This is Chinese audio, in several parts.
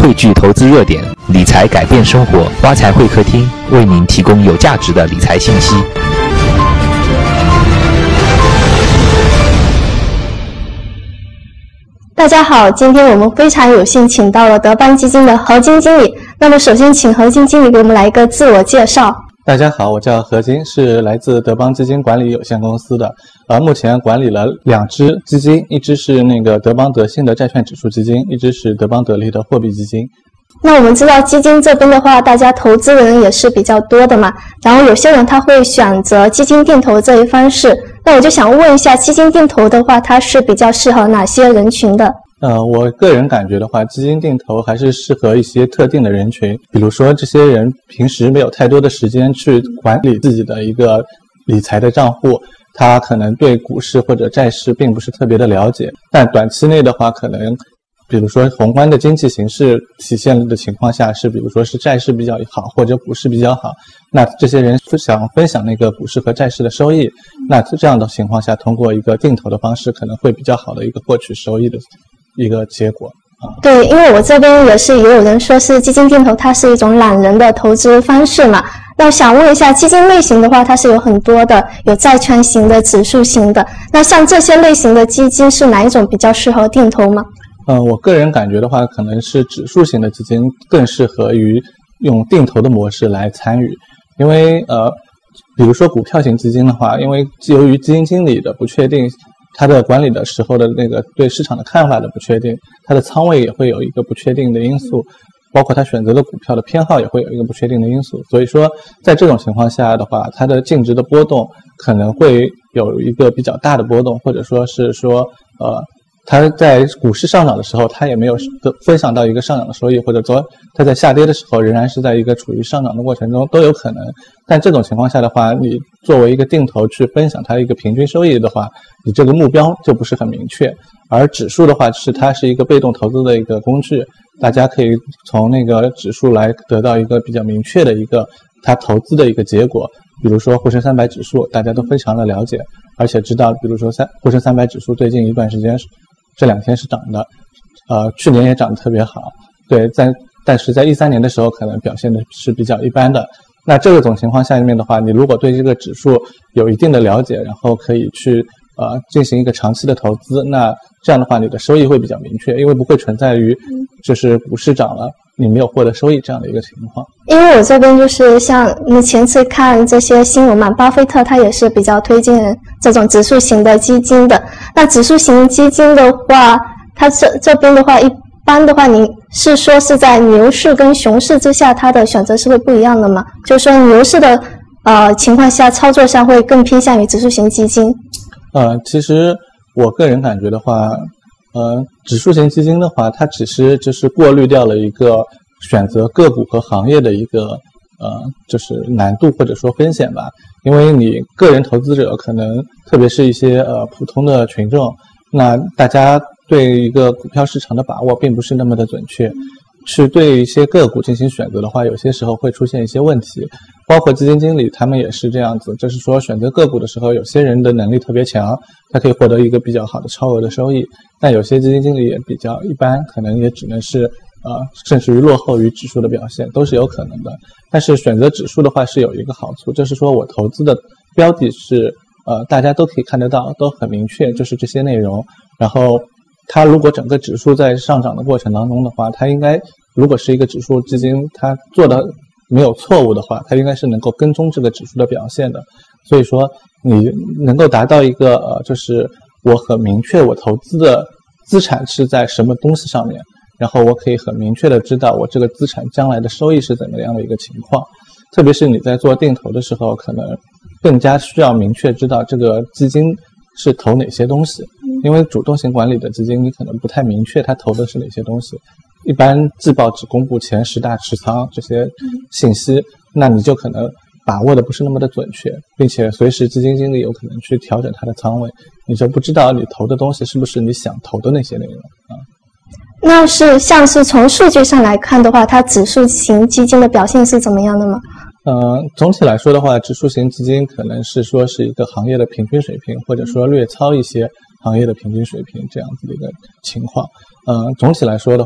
汇聚投资热点，理财改变生活。挖财会客厅为您提供有价值的理财信息。 大家好，今天我们非常有幸请到了德邦基金的何金经理。那么首先请何金经理给我们来一个自我介绍。 大家好，我叫何金，是来自德邦基金管理有限公司的，目前管理了2只基金，一只是那个德邦德信的债券指数基金，一只是德邦得利的货币基金。 那我们知道基金这边的话，大家投资人也是比较多的嘛，然后有些人他会选择基金定投这一方式。那我就想问一下，基金定投的话，它是比较适合哪些人群的？ 我个人感觉的话，基金定投还是适合一些特定的人群，比如说这些人平时没有太多的时间去管理自己的一个理财的账户，他可能对股市或者债市并不是特别的了解，但短期内的话，可能比如说宏观的经济形势体现的情况下，是比如说是债市比较好或者股市比较好，那这些人想分享那个股市和债市的收益，那这样的情况下，通过一个定投的方式，可能会比较好的一个获取收益的一个结果。 对，因为我这边也有人说是基金定投，它是一种懒人的投资方式嘛。那想问一下，基金类型的话，它是有很多的，有债券型的、指数型的。那像这些类型的基金，是哪一种比较适合定投吗？ 我个人感觉的话，可能是指数型的基金更适合于用定投的模式来参与，因为比如说股票型基金的话，因为由于基金经理的不确定，他的管理的时候的那个对市场的看法的不确定，他的仓位也会有一个不确定的因素，包括他选择的股票的偏好也会有一个不确定的因素，所以说在这种情况下的话，它的净值的波动可能会有一个比较大的波动，或者说是说它在股市上涨的时候，它也没有分享到一个上涨的收益，或者说它在下跌的时候仍然是在一个处于上涨的过程中，都有可能。但这种情况下的话，你作为一个定投去分享它一个平均收益的话，你这个目标就不是很明确。而指数的话，它是一个被动投资的一个工具，大家可以从那个指数来得到一个比较明确的一个它投资的一个结果。比如说沪深300指数，大家都非常的了解，而且知道，比如说沪深300指数最近一段时间这2天是涨的，去年也涨得特别好，对，但是在13年的时候可能表现的是比较一般的。那这种情况下面的话，你如果对这个指数有一定的了解，然后可以去进行一个长期的投资，那这样的话你的收益会比较明确，因为不会存在于就是股市涨了你没有获得收益这样的一个情况。 因为我这边就是像你前次看这些新闻嘛，巴菲特他也是比较推荐这种指数型的基金的。那指数型基金的话，它这边的话，一般的话，你是说是在牛市跟熊市之下，它的选择是会不一样的吗？就是说牛市的情况下，操作上会更偏向于指数型基金。 其实我个人感觉的话，指数型基金的话，它只是就是过滤掉了一个选择个股和行业的一个就是难度或者说风险吧。因为你个人投资者可能特别是一些普通的群众，那大家对一个股票市场的把握并不是那么的准确，去对一些个股进行选择的话，有些时候会出现一些问题。包括基金经理他们也是这样子，就是说选择个股的时候，有些人的能力特别强，他可以获得一个比较好的超额的收益，但有些基金经理也比较一般，可能也只能是甚至于落后于指数的表现，都是有可能的。但是选择指数的话是有一个好处，就是说我投资的标的是大家都可以看得到，都很明确，就是这些内容。然后它如果整个指数在上涨的过程当中的话，它应该如果是一个指数基金，它做的没有错误的话，它应该是能够跟踪这个指数的表现的。所以说你能够达到一个就是我很明确我投资的资产是在什么东西上面，然后我可以很明确的知道我这个资产将来的收益是怎么样的一个情况。特别是你在做定投的时候，可能更加需要明确知道这个基金是投哪些东西，因为主动型管理的基金你可能不太明确它投的是哪些东西，一般季报只公布前10大持仓这些信息，那你就可能把握的不是那么的准确，并且随时基金经理有可能去调整它的仓位，你就不知道你投的东西是不是你想投的那些内容那是像是从数据上来看的话，它指数型基金的表现是怎么样的吗？ 总体来说的话，指数型基金可能是说是一个行业的平均水平，或者说略超一些行业的平均水平这样子的一个情况。总体来说的话，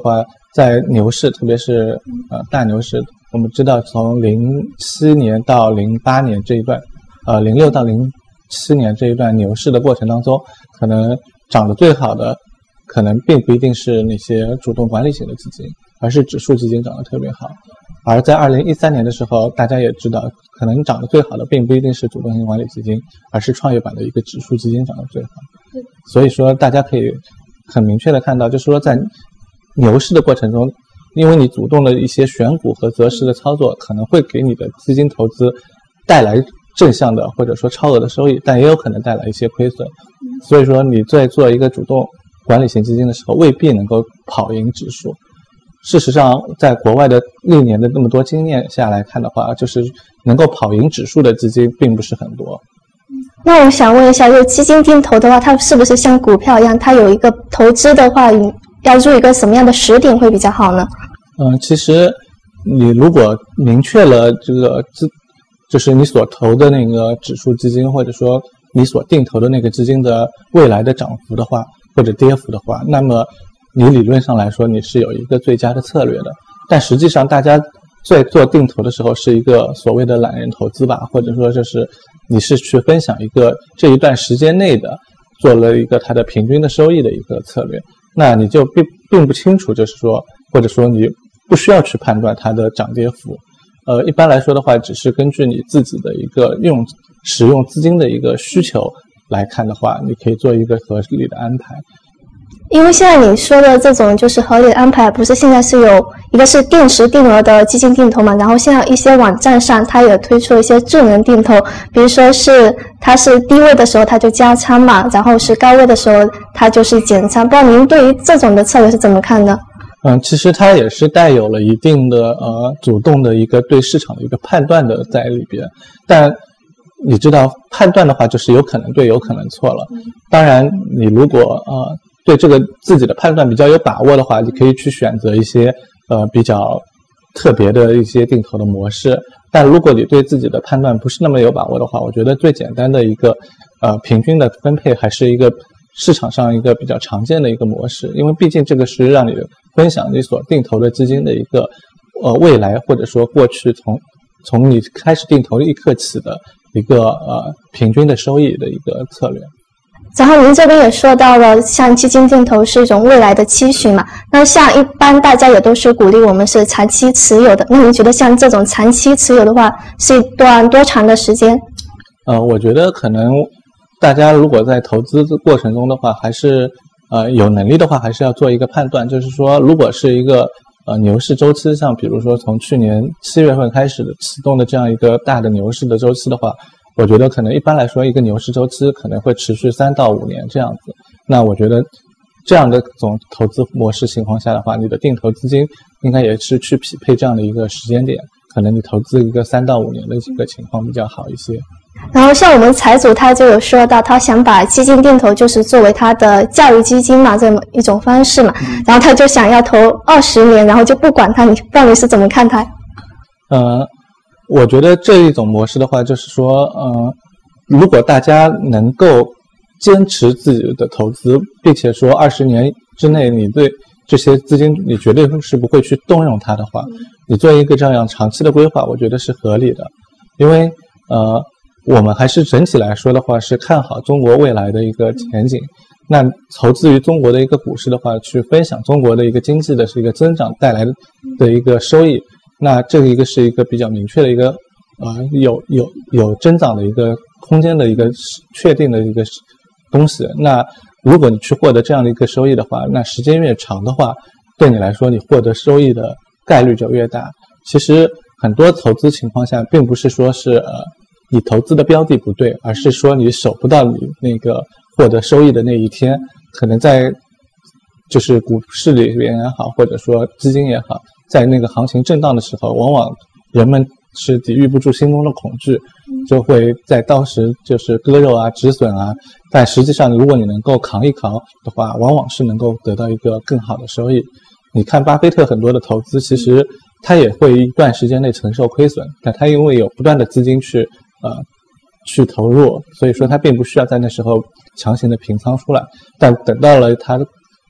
在牛市，特别是大牛市，我们知道从07年到08年这一段，06到07年这一段牛市的过程当中，可能涨得最好的可能并不一定是那些主动管理型的基金，而是指数基金涨得特别好。而在2013年的时候，大家也知道，可能涨得最好的并不一定是主动型管理基金，而是创业板的一个指数基金涨得最好。所以说大家可以很明确的看到，就是说在牛市的过程中，因为你主动的一些选股和择时的操作，可能会给你的基金投资带来正向的或者说超额的收益，但也有可能带来一些亏损。所以说你在做一个主动管理型基金的时候，未必能够跑赢指数。事实上，在国外的历年的那么多经验下来看的话，就是能够跑赢指数的基金并不是很多。 那我想问一下，就基金定投的话，它是不是像股票一样，它有一个投资的话，要入一个什么样的时点会比较好呢？ 其实你如果明确了这个就是你所投的那个指数基金，或者说你所定投的那个基金的未来的涨幅的话，或者跌幅的话，那么你理论上来说你是有一个最佳的策略的。但实际上大家在做定投的时候是一个所谓的懒人投资吧，或者说就是你是去分享一个这一段时间内的做了一个它的平均的收益的一个策略，那你就并不清楚，就是说或者说你不需要去判断它的涨跌幅。一般来说的话，只是根据你自己的一个使用资金的一个需求来看的话，你可以做一个合理的安排。 因为现在你说的这种就是合理的安排，不是现在是有一个是定时定额的基金定投嘛，然后现在一些网站上它也推出了一些智能定投，比如说是它是低位的时候它就加仓嘛，然后是高位的时候它就是减仓，不知道您对于这种的策略是怎么看的？ 其实它也是带有了一定的主动的一个对市场的一个判断的在里边，但你知道判断的话就是有可能对有可能错了。当然你如果对这个自己的判断比较有把握的话，你可以去选择一些比较特别的一些定投的模式。但如果你对自己的判断不是那么有把握的话，我觉得最简单的一个平均的分配还是一个市场上一个比较常见的一个模式，因为毕竟这个是让你分享你所定投的基金的一个未来或者说过去从你开始定投的一刻起的一个平均的收益的一个策略。 然后您这边也说到了，像基金定投是一种未来的期许嘛，那像一般大家也都是鼓励我们是长期持有的，那您觉得像这种长期持有的话是一段多长的时间？ 我觉得可能大家如果在投资过程中的话，还是有能力的话，还是要做一个判断，就是说如果是一个牛市周期，像比如说从去年7月份开始启动的这样一个大的牛市的周期的话，我觉得可能一般来说一个牛市周期可能会持续3到5年这样子。那我觉得这样的种投资模式情况下的话，你的定投资金应该也是去匹配这样的一个时间点，可能你投资一个3到5年的这个情况比较好一些。 然后像我们财主他就有说到，他想把基金定投就是作为他的教育基金嘛，这么一种方式嘛，然后他就想要投20年，然后就不管他，你不知道你是怎么看他？ 我觉得这一种模式的话，就是说如果大家能够坚持自己的投资，并且说20年之内你对这些资金你绝对是不会去动用它的话，你做一个这样长期的规划，我觉得是合理的。因为我们还是整体来说的话是看好中国未来的一个前景。那投资于中国的一个股市的话，去分享中国的一个经济的是一个增长带来的一个收益，那这个是一个比较明确的一个有增长的一个空间的一个确定的一个东西。那如果你去获得这样的一个收益的话，那时间越长的话，对你来说你获得收益的概率就越大。其实很多投资情况下并不是说是你投资的标的不对，而是说你守不到你那个获得收益的那一天。可能在就是股市里边也好，或者说基金也好，在那个行情震荡的时候，往往人们是抵御不住心中的恐惧，就会在当时就是割肉啊止损啊，但实际上如果你能够扛一扛的话，往往是能够得到一个更好的收益。你看巴菲特很多的投资，其实他也会一段时间内承受亏损，但他因为有不断的资金去投入，所以说他并不需要在那时候强行的平仓出来。但等到了他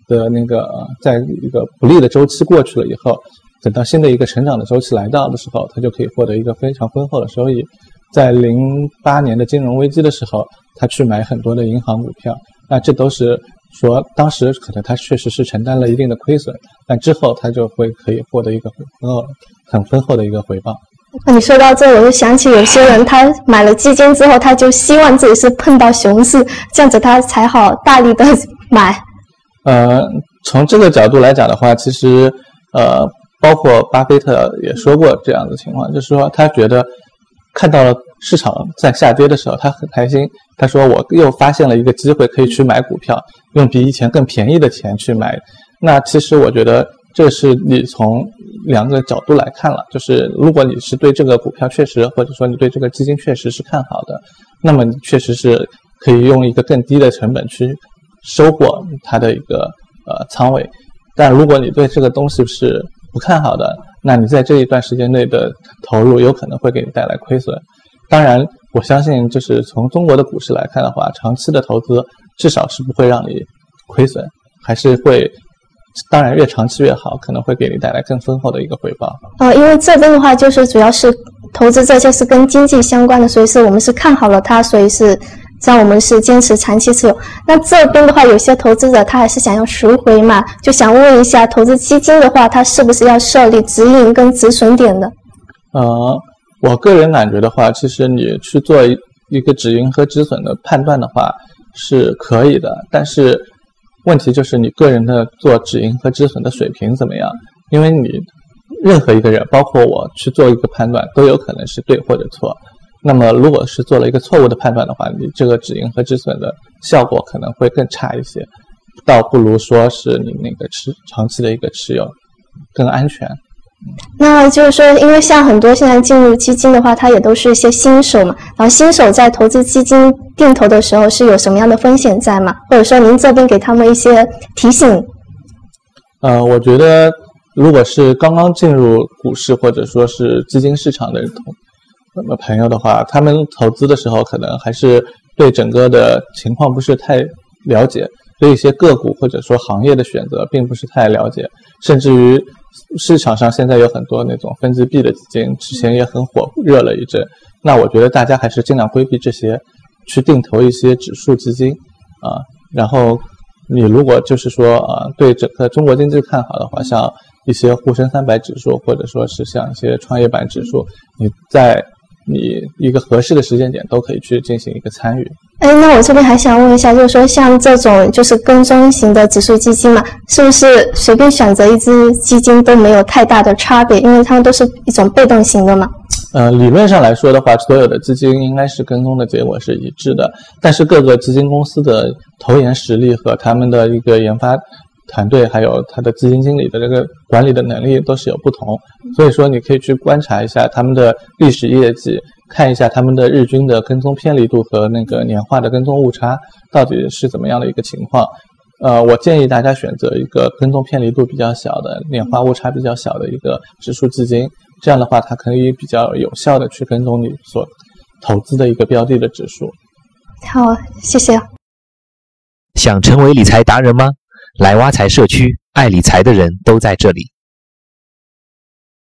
的那个在一个不利的周期过去了以后，等到新的一个成长的周期来到的时候，他就可以获得一个非常丰厚的收益。在08年的金融危机的时候，他去买很多的银行股票，那这都是说当时可能他确实是承担了一定的亏损，但之后他就会可以获得一个很丰厚的一个回报。 你说到这，我就想起有些人他买了基金之后，他就希望自己是碰到熊市，这样子他才好大力的买。 从这个角度来讲的话，其实包括巴菲特也说过这样的情况，就是说他觉得看到了市场在下跌的时候，他很开心。他说我又发现了一个机会，可以去买股票，用比以前更便宜的钱去买。那其实我觉得这是你从两个角度来看了，就是如果你是对这个股票确实，或者说你对这个基金确实是看好的，那么你确实是可以用一个更低的成本去收获它的一个仓位。但如果你对这个东西是不看好的，那你在这一段时间内的投入有可能会给你带来亏损。当然我相信就是从中国的股市来看的话，长期的投资至少是不会让你亏损，还是会，当然越长期越好，可能会给你带来更丰厚的一个回报。 因为这边的话就是主要是投资这些是跟经济相关的，所以是我们是看好了它，所以是这样，我们是坚持长期持有。那这边的话，有些投资者他还是想要赎回嘛，就想问一下，投资基金的话，它是不是要设立止盈跟止损点的？ 我个人感觉的话，其实你去做一个止盈和止损的判断的话是可以的，但是问题就是你个人的做止盈和止损的水平怎么样？因为你任何一个人，包括我去做一个判断，都有可能是对或者错。那么如果是做了一个错误的判断的话，你这个止盈和止损的效果可能会更差一些，倒不如说是你那个长期的一个持有更安全。 那就是说，因为像很多现在进入基金的话，它也都是一些新手嘛，然后新手在投资基金定投的时候是有什么样的风险在吗？或者说您这边给他们一些提醒？ 我觉得如果是刚刚进入股市或者说是基金市场的朋友的话，他们投资的时候可能还是对整个的情况不是太了解，对一些个股或者说行业的选择并不是太了解，甚至于市场上现在有很多那种分级币的基金，之前也很火热了一阵。那我觉得大家还是尽量规避这些，去定投一些指数基金然后你如果就是说对整个中国经济看好的话，像一些沪深300指数，或者说是像一些创业板指数，你在你一个合适的时间点都可以去进行一个参与。 那我这边还想问一下，就是说像这种就是跟踪型的指数基金嘛，是不是随便选择一只基金都没有太大的差别？因为它们都是一种被动型的嘛。 理论上来说的话，所有的基金应该是跟踪的结果是一致的，但是各个基金公司的投研实力和他们的一个研发团队，还有他的基金经理的这个管理的能力都是有不同，所以说你可以去观察一下他们的历史业绩，看一下他们的日均的跟踪偏离度和那个年化的跟踪误差到底是怎么样的一个情况。我建议大家选择一个跟踪偏离度比较小的、年化误差比较小的一个指数基金，这样的话它可以比较有效的去跟踪你所投资的一个标的的指数。 好，谢谢。 想成为理财达人吗？来挖财社区，爱理财的人都在这里。